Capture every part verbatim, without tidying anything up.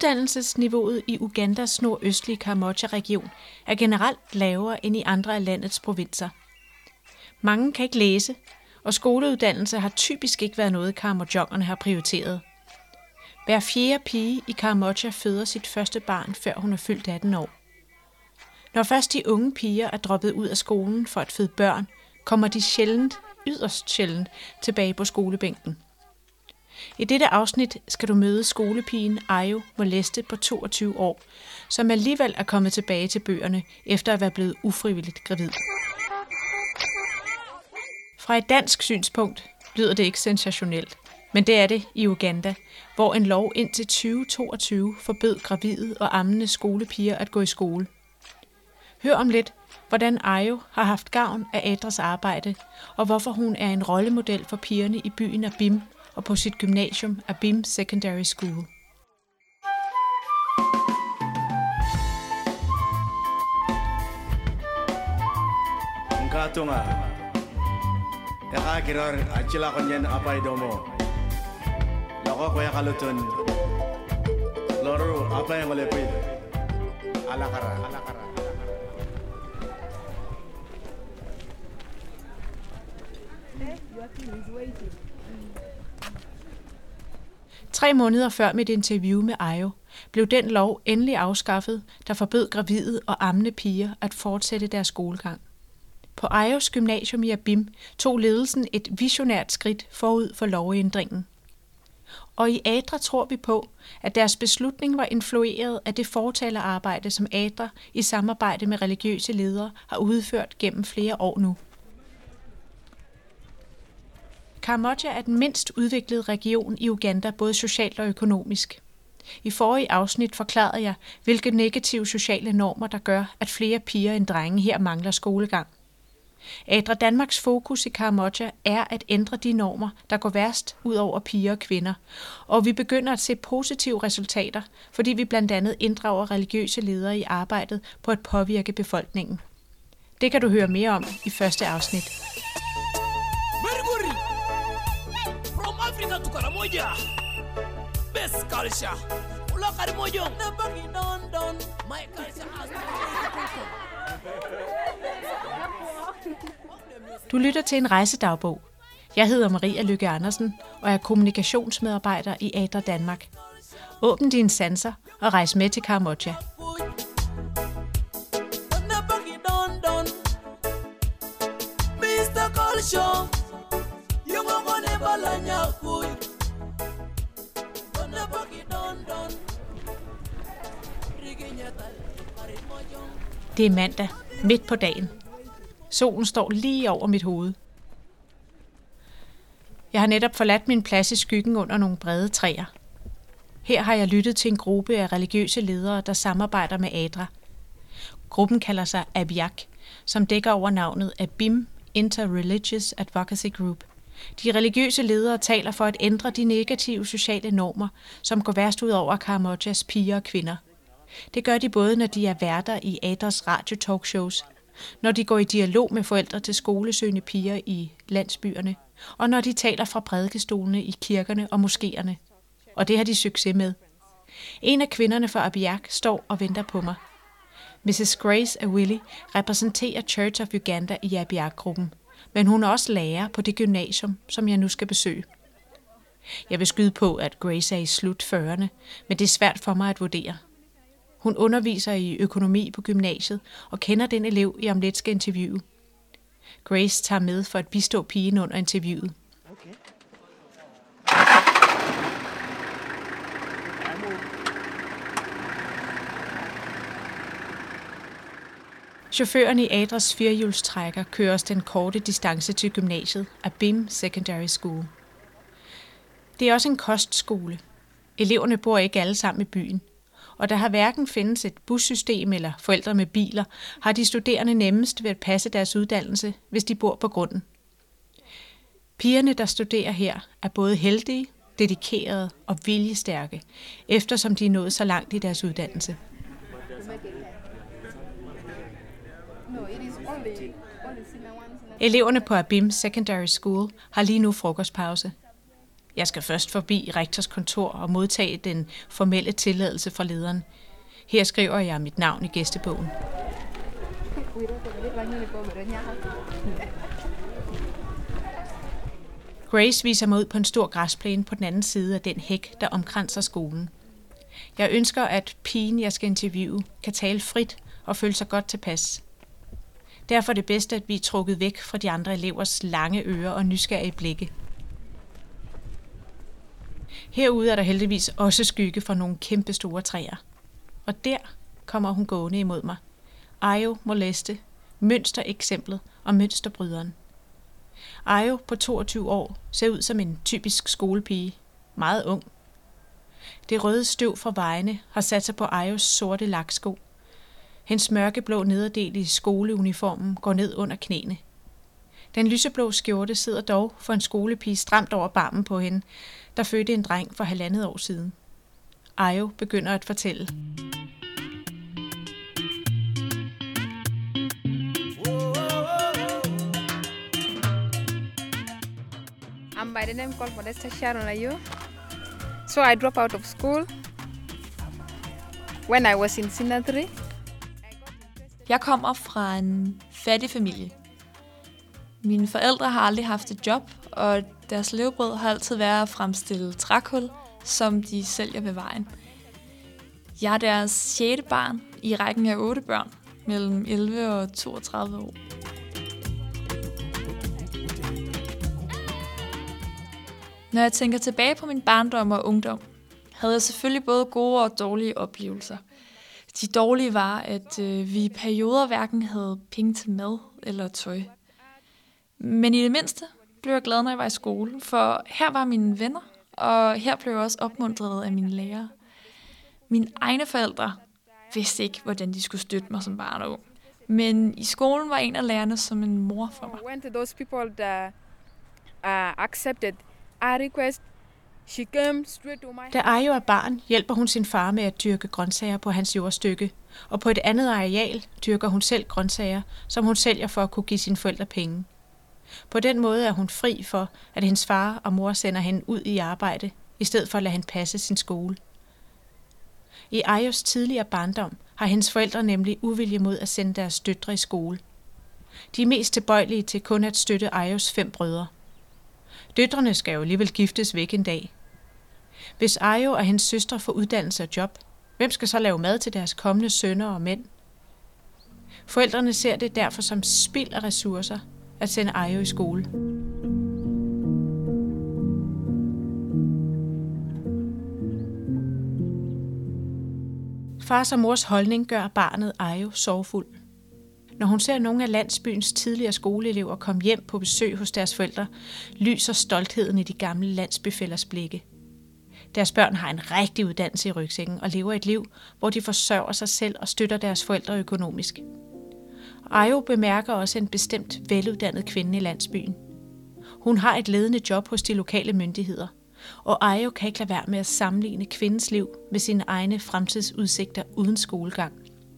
Uddannelsesniveauet i Ugandas nordøstlige Karamoja-region er generelt lavere end i andre af landets provinser. Mange kan ikke læse, og skoleuddannelse har typisk ikke været noget, karamojongerne har prioriteret. Hver fjerde pige i Karamoja føder sit første barn, før hun er fyldt atten år. Når først de unge piger er droppet ud af skolen for at føde børn, kommer de sjældent, yderst sjældent, tilbage på skolebænken. I dette afsnit skal du møde skolepigen Ayo Moleste på toogtyve år, som alligevel er kommet tilbage til bøgerne efter at være blevet ufrivilligt gravid. Fra et dansk synspunkt lyder det ikke sensationelt, men det er det i Uganda, hvor en lov indtil tyve toogtyve forbød gravide og ammende skolepiger at gå i skole. Hør om lidt, hvordan Ayo har haft gavn af Adras arbejde, og hvorfor hun er en rollemodel for pigerne i byen Abim og på sit gymnasium Abim Secondary School. Ngatunga. Ekakirar achila konyen apay domo. Loko ko yakalutun. Loro apay ngolepid. Alakara, alakara. Tre måneder før mit interview med Ayo, blev den lov endelig afskaffet, der forbød gravide og ammende piger at fortsætte deres skolegang. På Ayos gymnasium i Abim tog ledelsen et visionært skridt forud for lovændringen. Og i Adra tror vi på, at deres beslutning var influeret af det fortalerarbejde, som Adra i samarbejde med religiøse ledere har udført gennem flere år nu. Karamoja er den mindst udviklede region i Uganda, både socialt og økonomisk. I forrige afsnit forklarede jeg, hvilke negative sociale normer, der gør, at flere piger end drenge her mangler skolegang. Adra Danmarks fokus i Karamoja er at ændre de normer, der går værst ud over piger og kvinder, og vi begynder at se positive resultater, fordi vi blandt andet inddrager religiøse ledere i arbejdet på at påvirke befolkningen. Det kan du høre mere om i første afsnit. Africa to Karamoja. Best culture. Ula Karamoja. Nabagi don don. My culture has. Du lytter til en rejsedagbog. Jeg hedder Maria Lykke Andersen og er kommunikationsmedarbejder i Adra Danmark. Åbn dine sanser og rejs med til Karamoja. mister Culture. Det er mandag, midt på dagen. Solen står lige over mit hoved. Jeg har netop forladt min plads i skyggen under nogle brede træer. Her har jeg lyttet til en gruppe af religiøse ledere, der samarbejder med Adra. Gruppen kalder sig ABIAC, som dækker over navnet Abim Interreligious Advocacy Group. De religiøse ledere taler for at ændre de negative sociale normer, som går værst ud over Karamojas piger og kvinder. Det gør de både, når de er værter i Adras radio-talkshows, når de går i dialog med forældre til skolesøgende piger i landsbyerne, og når de taler fra prædikestolene i kirkerne og moskéerne. Og det har de succes med. En af kvinderne fra Abiak står og venter på mig. missus Grace Awili repræsenterer Church of Uganda i Abiak-gruppen, men hun er også lærer på det gymnasium, som jeg nu skal besøge. Jeg vil skyde på, at Grace er i slut fyrrerne, men det er svært for mig at vurdere. Hun underviser i økonomi på gymnasiet og kender den elev, jeg om lidt skal interviewe. Grace tager med for at bistå pigen under interviewet. Okay. Chaufføren i Adras firehjulstrækker kører os den korte distance til gymnasiet Abim Secondary School. Det er også en kostskole. Eleverne bor ikke alle sammen i byen, og der har hverken findes et bussystem eller forældre med biler, har de studerende nemmest ved at passe deres uddannelse, hvis de bor på grunden. Pigerne, der studerer her, er både heldige, dedikerede og viljestærke, eftersom de er nået så langt i deres uddannelse. Eleverne på Abim Secondary School har lige nu frokostpause. Jeg skal først forbi rektors kontor og modtage den formelle tilladelse fra lederen. Her skriver jeg mit navn i gæstebogen. Grace viser mig ud på en stor græsplæne på den anden side af den hæk, der omkranser skolen. Jeg ønsker, at pigen, jeg skal interviewe, kan tale frit og føle sig godt tilpas. Derfor er det bedst, at vi er trukket væk fra de andre elevers lange ører og nysgerrige blikke. Herude er der heldigvis også skygge fra nogle kæmpe store træer. Og der kommer hun gående imod mig. Ayo Moleste, mønstereksemplet og mønsterbryderen. Ayo på toogtyve år ser ud som en typisk skolepige, meget ung. Det røde støv fra vejene har sat sig på Ayos sorte laksko. Hendes mørkeblå nederdel i skoleuniformen går ned under knæene. Den lyseblå skjorte sidder dog for en skolepige stramt over barmen på hende, der fødte en dreng for halvandet år siden. Ayo begynder at fortælle. I'm by the name called Modesta Sharon Ayo. So I dropped out of school when I was in senior three. Jeg kommer fra en fattig familie. Mine forældre har aldrig haft et job, og deres levebrød har altid været at fremstille trækul, som de sælger ved vejen. Jeg er deres sjette barn i rækken af otte børn, mellem elleve og toogtredive år. Når jeg tænker tilbage på min barndom og ungdom, havde jeg selvfølgelig både gode og dårlige oplevelser. De dårlige var, at øh, vi i perioder hverken havde penge til mad eller tøj. Men i det mindste blev jeg glad, når jeg var i skole, for her var mine venner, og her blev jeg også opmuntret af mine lærere. Mine egne forældre vidste ikke, hvordan de skulle støtte mig som barn og ung. Men i skolen var en af lærerne som en mor for mig. When to those people that uh, accepted our request, she came straight to my. Da Ayo er barn, hjælper hun sin far med at dyrke grøntsager på hans jordstykke, og på et andet areal dyrker hun selv grøntsager, som hun sælger for at kunne give sine forældre penge. På den måde er hun fri for, at hendes far og mor sender hende ud i arbejde, i stedet for at lade hende passe sin skole. I Ayos tidligere barndom har hendes forældre nemlig uvilje mod at sende deres døtre i skole. De er mest tilbøjelige til kun at støtte Ayos fem brødre. Døtrene skal jo alligevel giftes væk en dag. Hvis Ayo og hendes søstre får uddannelse og job, hvem skal så lave mad til deres kommende sønner og mænd? Forældrene ser det derfor som spild af ressourcer at sende Ayo i skole. Fars og mors holdning gør barnet Ayo sorgfuld. Når hun ser nogle af landsbyens tidligere skoleelever komme hjem på besøg hos deres forældre, lyser stoltheden i de gamle landsbyfællers blikke. Deres børn har en rigtig uddannelse i rygsækken og lever et liv, hvor de forsørger sig selv og støtter deres forældre økonomisk. Ayo bemærker også en bestemt veluddannet kvinde i landsbyen. Hun har et ledende job hos de lokale myndigheder, og Ayo kan ikke lade være med at sammenligne kvindens liv med sine egne fremtidsudsigter uden skolegang.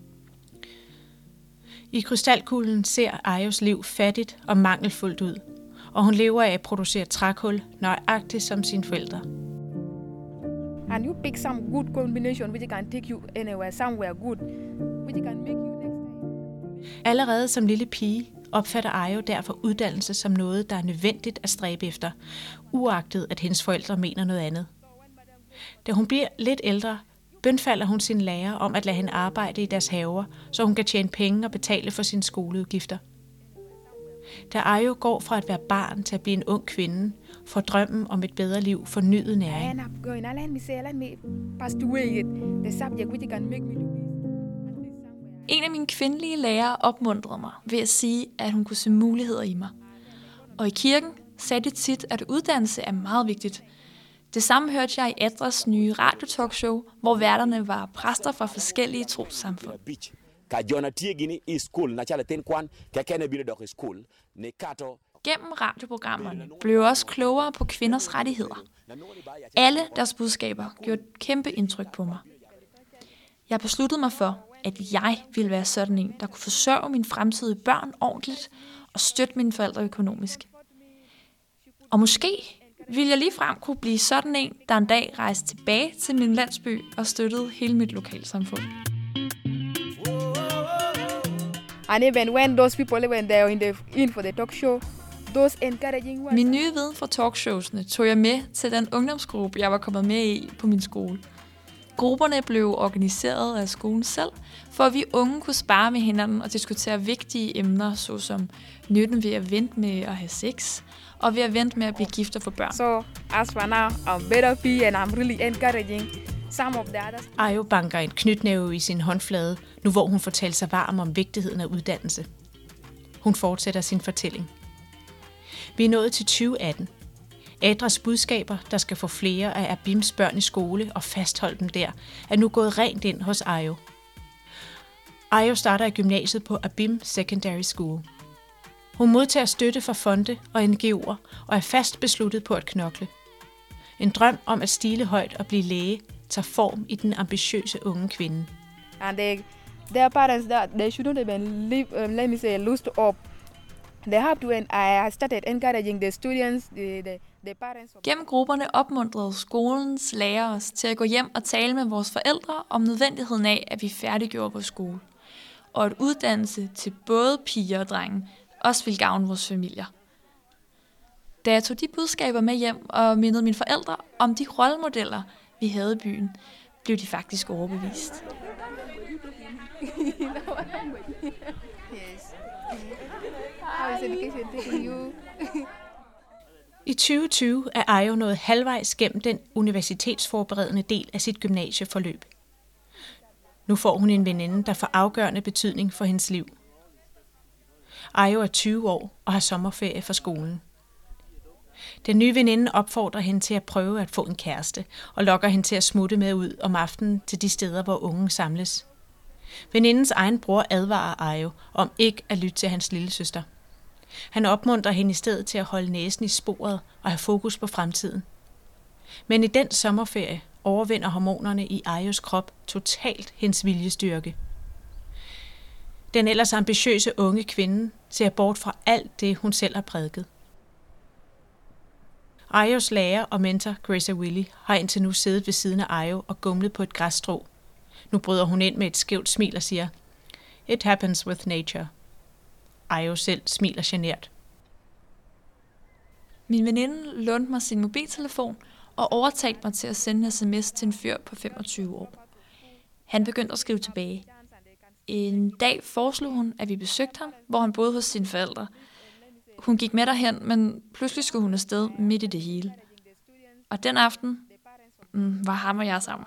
I krystalkuglen ser Ayos liv fattigt og mangelfuldt ud, og hun lever af at producere trækul nøjagtigt som sine forældre. And you pick some good combination which can take you anywhere, somewhere good, which can make you next time. Allerede som lille pige opfatter Ayo derfor uddannelse som noget, der er nødvendigt at stræbe efter, uagtet at hendes forældre mener noget andet. Da hun bliver lidt ældre, bønfalder hun sin lærer om at lade hende arbejde i deres haver, så hun kan tjene penge og betale for sine skoleudgifter. Da Ayo går fra at være barn til at blive en ung kvinde, får drømmen om et bedre liv fornyet næring. En af mine kvindelige lærere opmuntrede mig ved at sige, at hun kunne se muligheder i mig. Og i kirken sagde de tit, at uddannelse er meget vigtigt. Det samme hørte jeg i Adras nye radiotalkshow, hvor værterne var præster fra forskellige trossamfund. Gennem radioprogrammerne blev jeg også klogere på kvinders rettigheder. Alle deres budskaber gjorde et kæmpe indtryk på mig. Jeg besluttede mig for, at jeg ville være sådan en, der kunne forsørge mine fremtidige børn ordentligt og støtte mine forældre økonomisk. Og måske ville jeg ligefrem kunne blive sådan en, der en dag rejste tilbage til min landsby og støttede hele mit lokalsamfund. And even when those people, when they're in, the, in for the talk show, those encouraging words. Min nye viden fra talkshowsene tog jeg med til den ungdomsgruppe, jeg var kommet med i på min skole. Grupperne blev organiseret af skolen selv, for at vi unge kunne spare med hinanden og diskutere vigtige emner, såsom nytten ved at vente med at have sex, og ved at vente med at blive gift og få børn. So as for now, I'm better be and I'm really encouraging some of the others. Ayo banker en knytnæve i sin håndflade, nu hvor hun fortæller sig varm om vigtigheden af uddannelse. Hun fortsætter sin fortælling. Vi er nået til tyve atten. Adras budskaber, der skal få flere af Abims børn i skole og fastholde dem der, er nu gået rent ind hos Ayo. Ayo starter i gymnasiet på Abim Secondary School. Hun modtager støtte fra fonde og N G O'er og er fast besluttet på at knokle. En drøm om at stile højt og blive læge tager form i den ambitiøse unge kvinde. And they, their parents, that they shouldn't even leave, um, let me say, lose hope. They have to, and I started encouraging the students, the, the, the parents. Gennem grupperne opmuntrede skolens lærere os til at gå hjem og tale med vores forældre om nødvendigheden af, at vi færdiggjorde vores skole. Og at uddannelse til både piger og drenge også ville gavne vores familier. Da jeg tog de budskaber med hjem og mindede mine forældre om de rollemodeller, vi havde i byen, blev de faktisk overbevist. I tyve tyve er Ayo nået halvvejs gennem den universitetsforberedende del af sit gymnasieforløb. Nu får hun en veninde, der får afgørende betydning for hendes liv. Ayo er tyve år og har sommerferie fra skolen. Den nye veninde opfordrer hende til at prøve at få en kæreste og lokker hende til at smutte med ud om aftenen til de steder, hvor unge samles. Venindens egen bror advarer Ayo om ikke at lytte til hans lille søster. Han opmuntrer hende i stedet til at holde næsen i sporet og have fokus på fremtiden. Men i den sommerferie overvinder hormonerne i Ayos krop totalt hendes viljestyrke. Den ellers ambitiøse unge kvinde ser bort fra alt det, hun selv har prædiket. Ayos lærer og mentor, Grace Willy, har indtil nu siddet ved siden af Ayo og gumlet på et græsstrå. Nu bryder hun ind med et skævt smil og siger, "It happens with nature." Ayo selv smiler genert. Min veninde lånte mig sin mobiltelefon og overtalte mig til at sende en sms til en fyr på femogtyve år. Han begyndte at skrive tilbage. En dag foreslog hun, at vi besøgte ham, hvor han boede hos sine forældre. Hun gik med derhen, men pludselig skulle hun afsted midt i det hele. Og den aften mm, var ham og jeg sammen.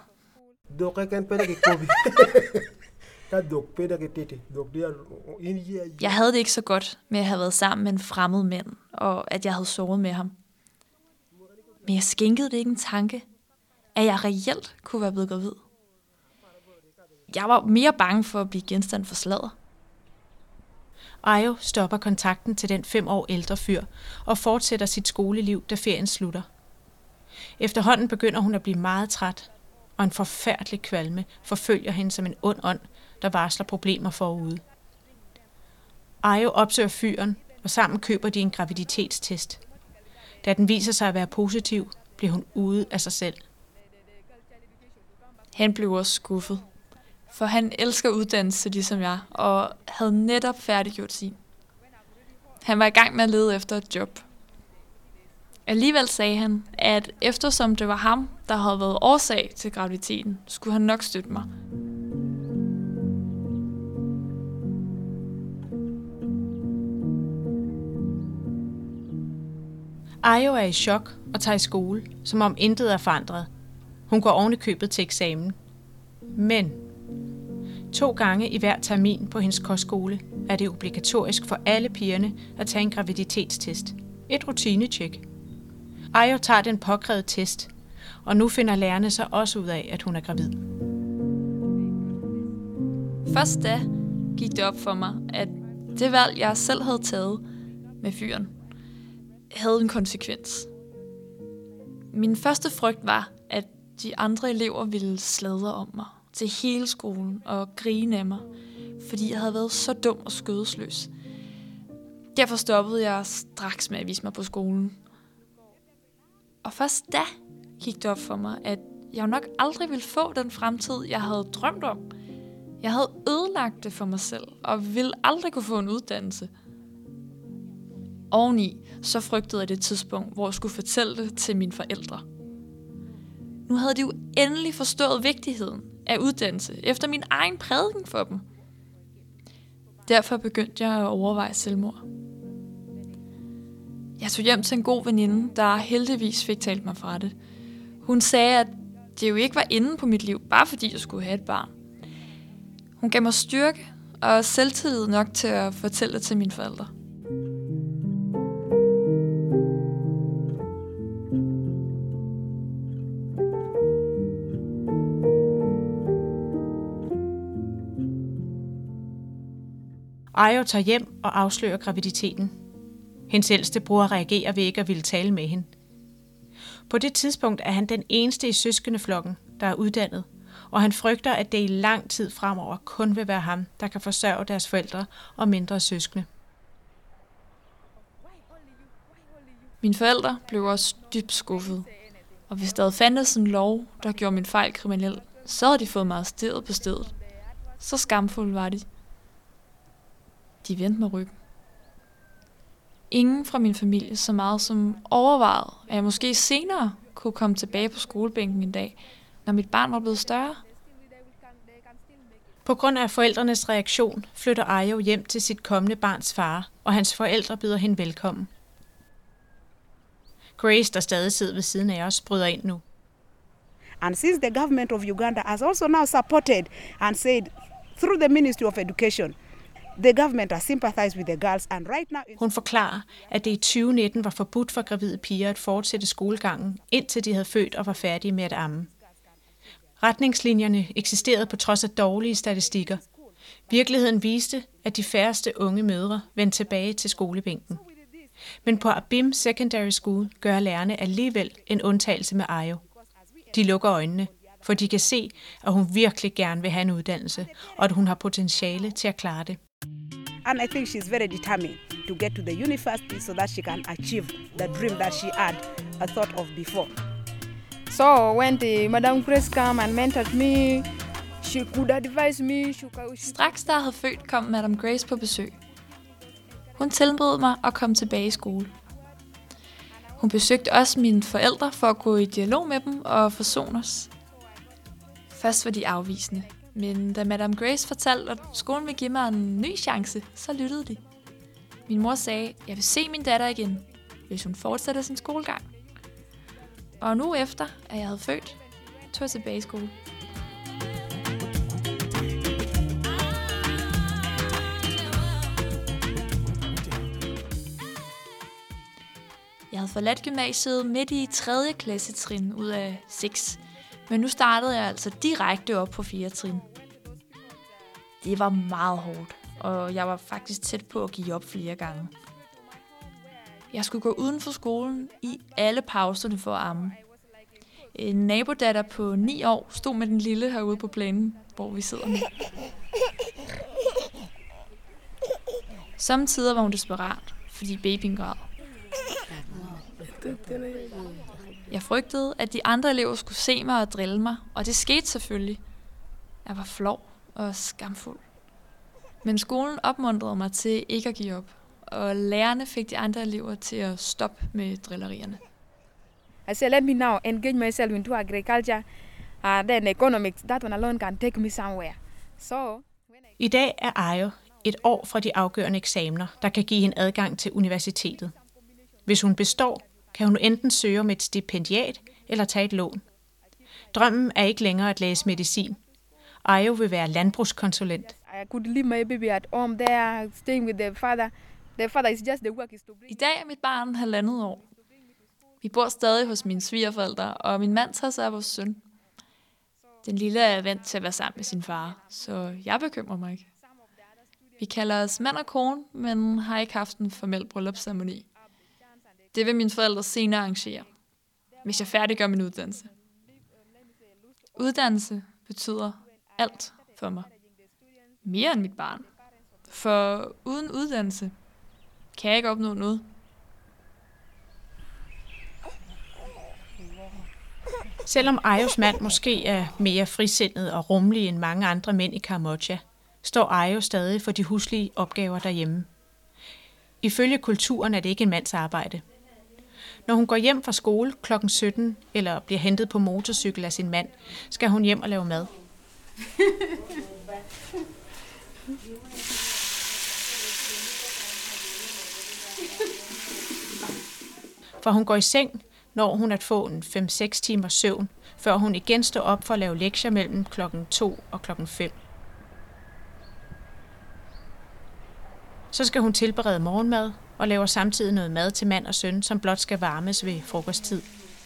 Jeg havde det ikke så godt med at have været sammen med en fremmed mand, og at jeg havde sovet med ham. Men jeg skænkede det ikke en tanke, at jeg reelt kunne være blevet gravid. Jeg var mere bange for at blive genstand for sladder. Ayo stopper kontakten til den fem år ældre fyr og fortsætter sit skoleliv, da ferien slutter. Efterhånden begynder hun at blive meget træt, og en forfærdelig kvalme forfølger hende som en ond ånd, der varsler problemer forude. Ayo opsøger fyren, og sammen køber de en graviditetstest. Da den viser sig at være positiv, bliver hun ude af sig selv. Han blev også skuffet, for han elsker uddannelse ligesom jeg, og havde netop færdiggjort sin. Han var i gang med at lede efter et job. Alligevel sagde han, at eftersom det var ham, der havde været årsag til graviditeten, skulle han nok støtte mig. Ayo er i chok og tager i skole, som om intet er forandret. Hun går oven i købet til eksamen. Men to gange i hver termin på hendes kostskole er det obligatorisk for alle pigerne at tage en graviditetstest. Et rutinetjek. Ayo tager den påkrævede test, og nu finder lærerne så også ud af, at hun er gravid. Først da gik det op for mig, at det valg, jeg selv havde taget med fyren, havde en konsekvens. Min første frygt var, at de andre elever ville sladre om mig til hele skolen og grine af mig, fordi jeg havde været så dum og skødesløs. Derfor stoppede jeg straks med at vise mig på skolen. Og først da gik det op for mig, at jeg jo nok aldrig ville få den fremtid, jeg havde drømt om. Jeg havde ødelagt det for mig selv, og ville aldrig kunne få en uddannelse. Oveni så frygtede jeg det tidspunkt, hvor jeg skulle fortælle det til mine forældre. Nu havde de jo endelig forstået vigtigheden af uddannelse, efter min egen prædiken for dem. Derfor begyndte jeg at overveje selvmord. Jeg tog hjem til en god veninde, der heldigvis fik talt mig fra det. Hun sagde, at det jo ikke var inde på mit liv, bare fordi jeg skulle have et barn. Hun gav mig styrke og selvtillid nok til at fortælle det til mine forældre. Ayo tager hjem og afslører graviditeten. Hendes ældste bror reagerer ved ikke at ville tale med hende. På det tidspunkt er han den eneste i søskendeflokken, der er uddannet, og han frygter, at det i lang tid fremover kun vil være ham, der kan forsørge deres forældre og mindre søskende. Mine forældre blev også dybt skuffede, og hvis der havde fandtes en lov, der gjorde min fejl kriminel, så havde de fået mig arresteret på stedet. Så skamfulde var de. De vendte mig ryggen. Ingen fra min familie så meget som overvejede, at jeg måske senere kunne komme tilbage på skolebænken en dag, når mit barn var blevet større. På grund af forældrenes reaktion flytter Ayo hjem til sit kommende barns far, og hans forældre byder hende velkommen. Grace, der stadig sidder ved siden af os, bryder ind nu. And since the government of Uganda has also now supported and said through the Ministry of Education, the government has sympathized with the girls, and right now... Hun forklarer, at det i tyve nitten var forbudt for gravide piger at fortsætte skolegangen, indtil de havde født og var færdige med at amme. Retningslinjerne eksisterede på trods af dårlige statistikker. Virkeligheden viste, at de færreste unge mødre vendte tilbage til skolebænken. Men på Abim Secondary School gør lærerne alligevel en undtagelse med Ayo. De lukker øjnene, for de kan se, at hun virkelig gerne vil have en uddannelse, og at hun har potentiale til at klare det. And I think she's very determined to get to the university so that she can achieve the dream that she had a thought of before. So when the Madam Grace came and mentored me, she could advise me. She could... Straks da jeg havde født, kom Madam Grace på besøg. Hun tilbød mig at komme tilbage i skole. Hun besøgte også mine forældre for at gå i dialog med dem og forsone os. Først var de afvisende, men da Madam Grace fortalte, at skolen ville give mig en ny chance, så lyttede de. Min mor sagde, at jeg vil se min datter igen, hvis hun fortsætter sin skolegang. Og nu efter, at jeg havde født, tog jeg tilbage i skole. Jeg havde forladt gymnasiet midt i tredje klassetrin ud af seks, men nu startede jeg altså direkte op på fjerde trin. Det var meget hårdt, og jeg var faktisk tæt på at give op flere gange. Jeg skulle gå uden for skolen i alle pauserne for at amme. En nabodatter på ni år stod med den lille herude på plænen, hvor vi sidder nu. Samtidig var hun desperat, fordi babyen græd. Jeg frygtede, at de andre elever skulle se mig og drille mig, og det skete selvfølgelig. Jeg var flov og skamfuld. Men skolen opmuntrede mig til ikke at give op, og lærerne fik de andre elever til at stoppe med drillerierne. I said, let me now engage myself into agriculture, and then economics. That one alone can take me somewhere. So, I dag er Ayo et år fra de afgørende eksamener, der kan give hende adgang til universitetet. Hvis hun består, kan hun enten søge om et stipendiat eller tage et lån. Drømmen er ikke længere at læse medicin. Ayo vil være landbrugskonsulent. I could leave my baby at home there, staying with the father. The father is just the work is to bring. I dag er mit barn halvandet år. Vi bor stadig hos mine svigerforældre, og min mand tager sig af vores søn. Den lille er vant til at være sammen med sin far, så jeg bekymrer mig ikke. Vi kalder os mand og kone, men har ikke haft en formel bryllupsceremoni. Det vil mine forældre senere arrangere, hvis jeg færdiggør min uddannelse. Uddannelse betyder alt for mig. Mere end mit barn. For uden uddannelse kan jeg ikke opnå noget. Selvom Ayos mand måske er mere frisindet og rummelig end mange andre mænd i Karamoja, står Ayo stadig for de huslige opgaver derhjemme. Ifølge kulturen er det ikke en mands arbejde. Når hun går hjem fra skole klokken sytten eller bliver hentet på motorcykel af sin mand, skal hun hjem og lave mad. For hun går i seng, når hun at få en fem seks timers søvn, før hun igen står op for at lave lektier mellem klokken to og klokken fem. Så skal hun tilberede morgenmad og laver samtidig noget mad til mand og søn, som blot skal varmes ved frokosttid.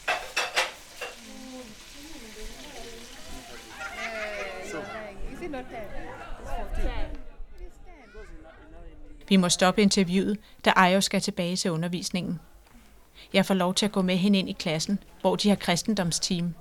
Vi må stoppe interviewet, da Ayo skal tilbage til undervisningen. Jeg får lov til at gå med hende ind i klassen, hvor de har kristendomsteam.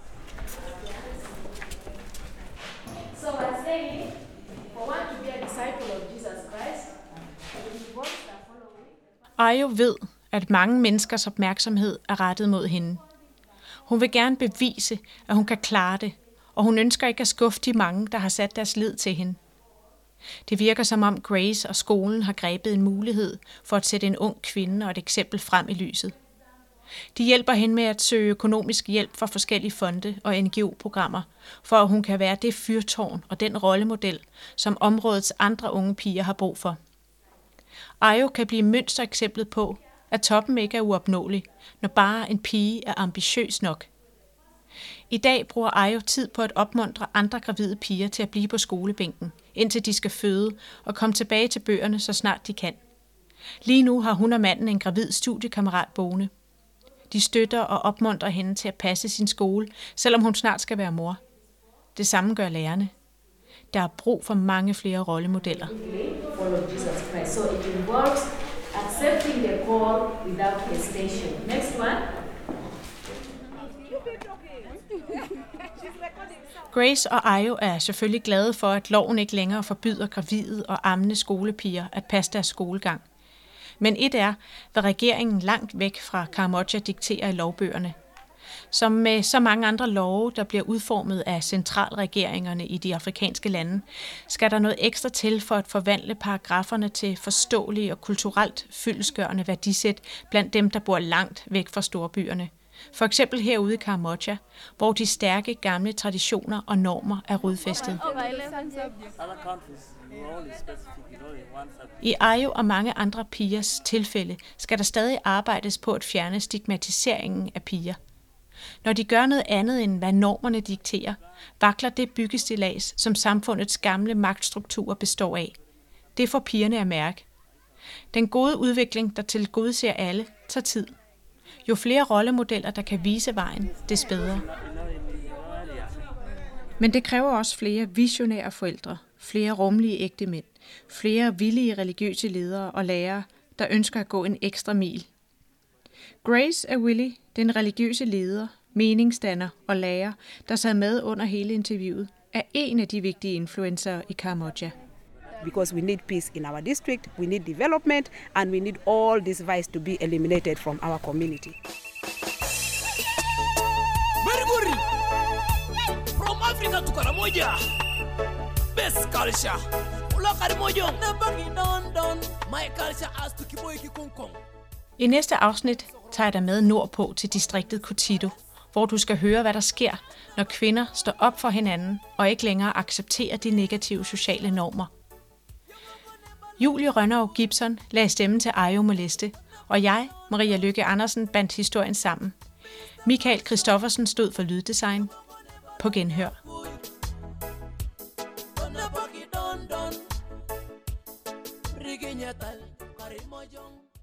Ayo ved, at mange menneskers opmærksomhed er rettet mod hende. Hun vil gerne bevise, at hun kan klare det, og hun ønsker ikke at skuffe de mange, der har sat deres lid til hende. Det virker som om Grace og skolen har grebet en mulighed for at sætte en ung kvinde og et eksempel frem i lyset. De hjælper hende med at søge økonomisk hjælp fra forskellige fonde og N G O-programmer, for at hun kan være det fyrtårn og den rollemodel, som områdets andre unge piger har brug for. Ayo kan blive mønstereksemplet på, at toppen ikke er uopnåelig, når bare en pige er ambitiøs nok. I dag bruger Ayo tid på at opmuntre andre gravide piger til at blive på skolebænken, indtil de skal føde og komme tilbage til bøgerne, så snart de kan. Lige nu har hun og manden en gravid studiekammerat boende. De støtter og opmuntrer hende til at passe sin skole, selvom hun snart skal være mor. Det samme gør lærerne. Der er brug for mange flere rollemodeller. Grace og Ayo er selvfølgelig glade for, at loven ikke længere forbyder gravide og ammende skolepiger at passe deres skolegang. Men et er, hvad regeringen langt væk fra Karamoja dikterer i lovbøgerne. Som med så mange andre love, der bliver udformet af centralregeringerne i de afrikanske lande, skal der noget ekstra til for at forvandle paragraferne til forståelige og kulturelt fyldestgørende værdisæt blandt dem, der bor langt væk fra storbyerne. For eksempel herude i Karamoja, hvor de stærke gamle traditioner og normer er rodfæstet. I Ayo og mange andre pigers tilfælde skal der stadig arbejdes på at fjerne stigmatiseringen af piger. Når de gør noget andet end hvad normerne dikterer, vakler det byggestillads, som samfundets gamle magtstrukturer består af. Det får pigerne at mærke. Den gode udvikling, der tilgodeser alle, tager tid. Jo flere rollemodeller, der kan vise vejen, des bedre. Men det kræver også flere visionære forældre, flere rummelige ægtemænd, flere villige religiøse ledere og lærere, der ønsker at gå en ekstra mil. Grace er Willy, den religiøse leder, meningsdanner og lærer, der sad med under hele interviewet, er en af de vigtige influencer i Karamoja. Because we need peace in our district, we need development, and we need all this vice to be eliminated from our community. Very good. From Africa to Karamoja. Best culture. Ula Karamoja. Nabagi don don. My culture has to kiboy kikunkong. I næste afsnit tager jeg dig med nordpå til distriktet Kotito, hvor du skal høre, hvad der sker, når kvinder står op for hinanden og ikke længere accepterer de negative sociale normer. Julie Rønnaug Gibson lagde stemmen til Ayo Moleste, og jeg, Maria Lykke Andersen, bandt historien sammen. Michael Christoffersen stod for lyddesign. På genhør. Rigeñatal, Karimojong.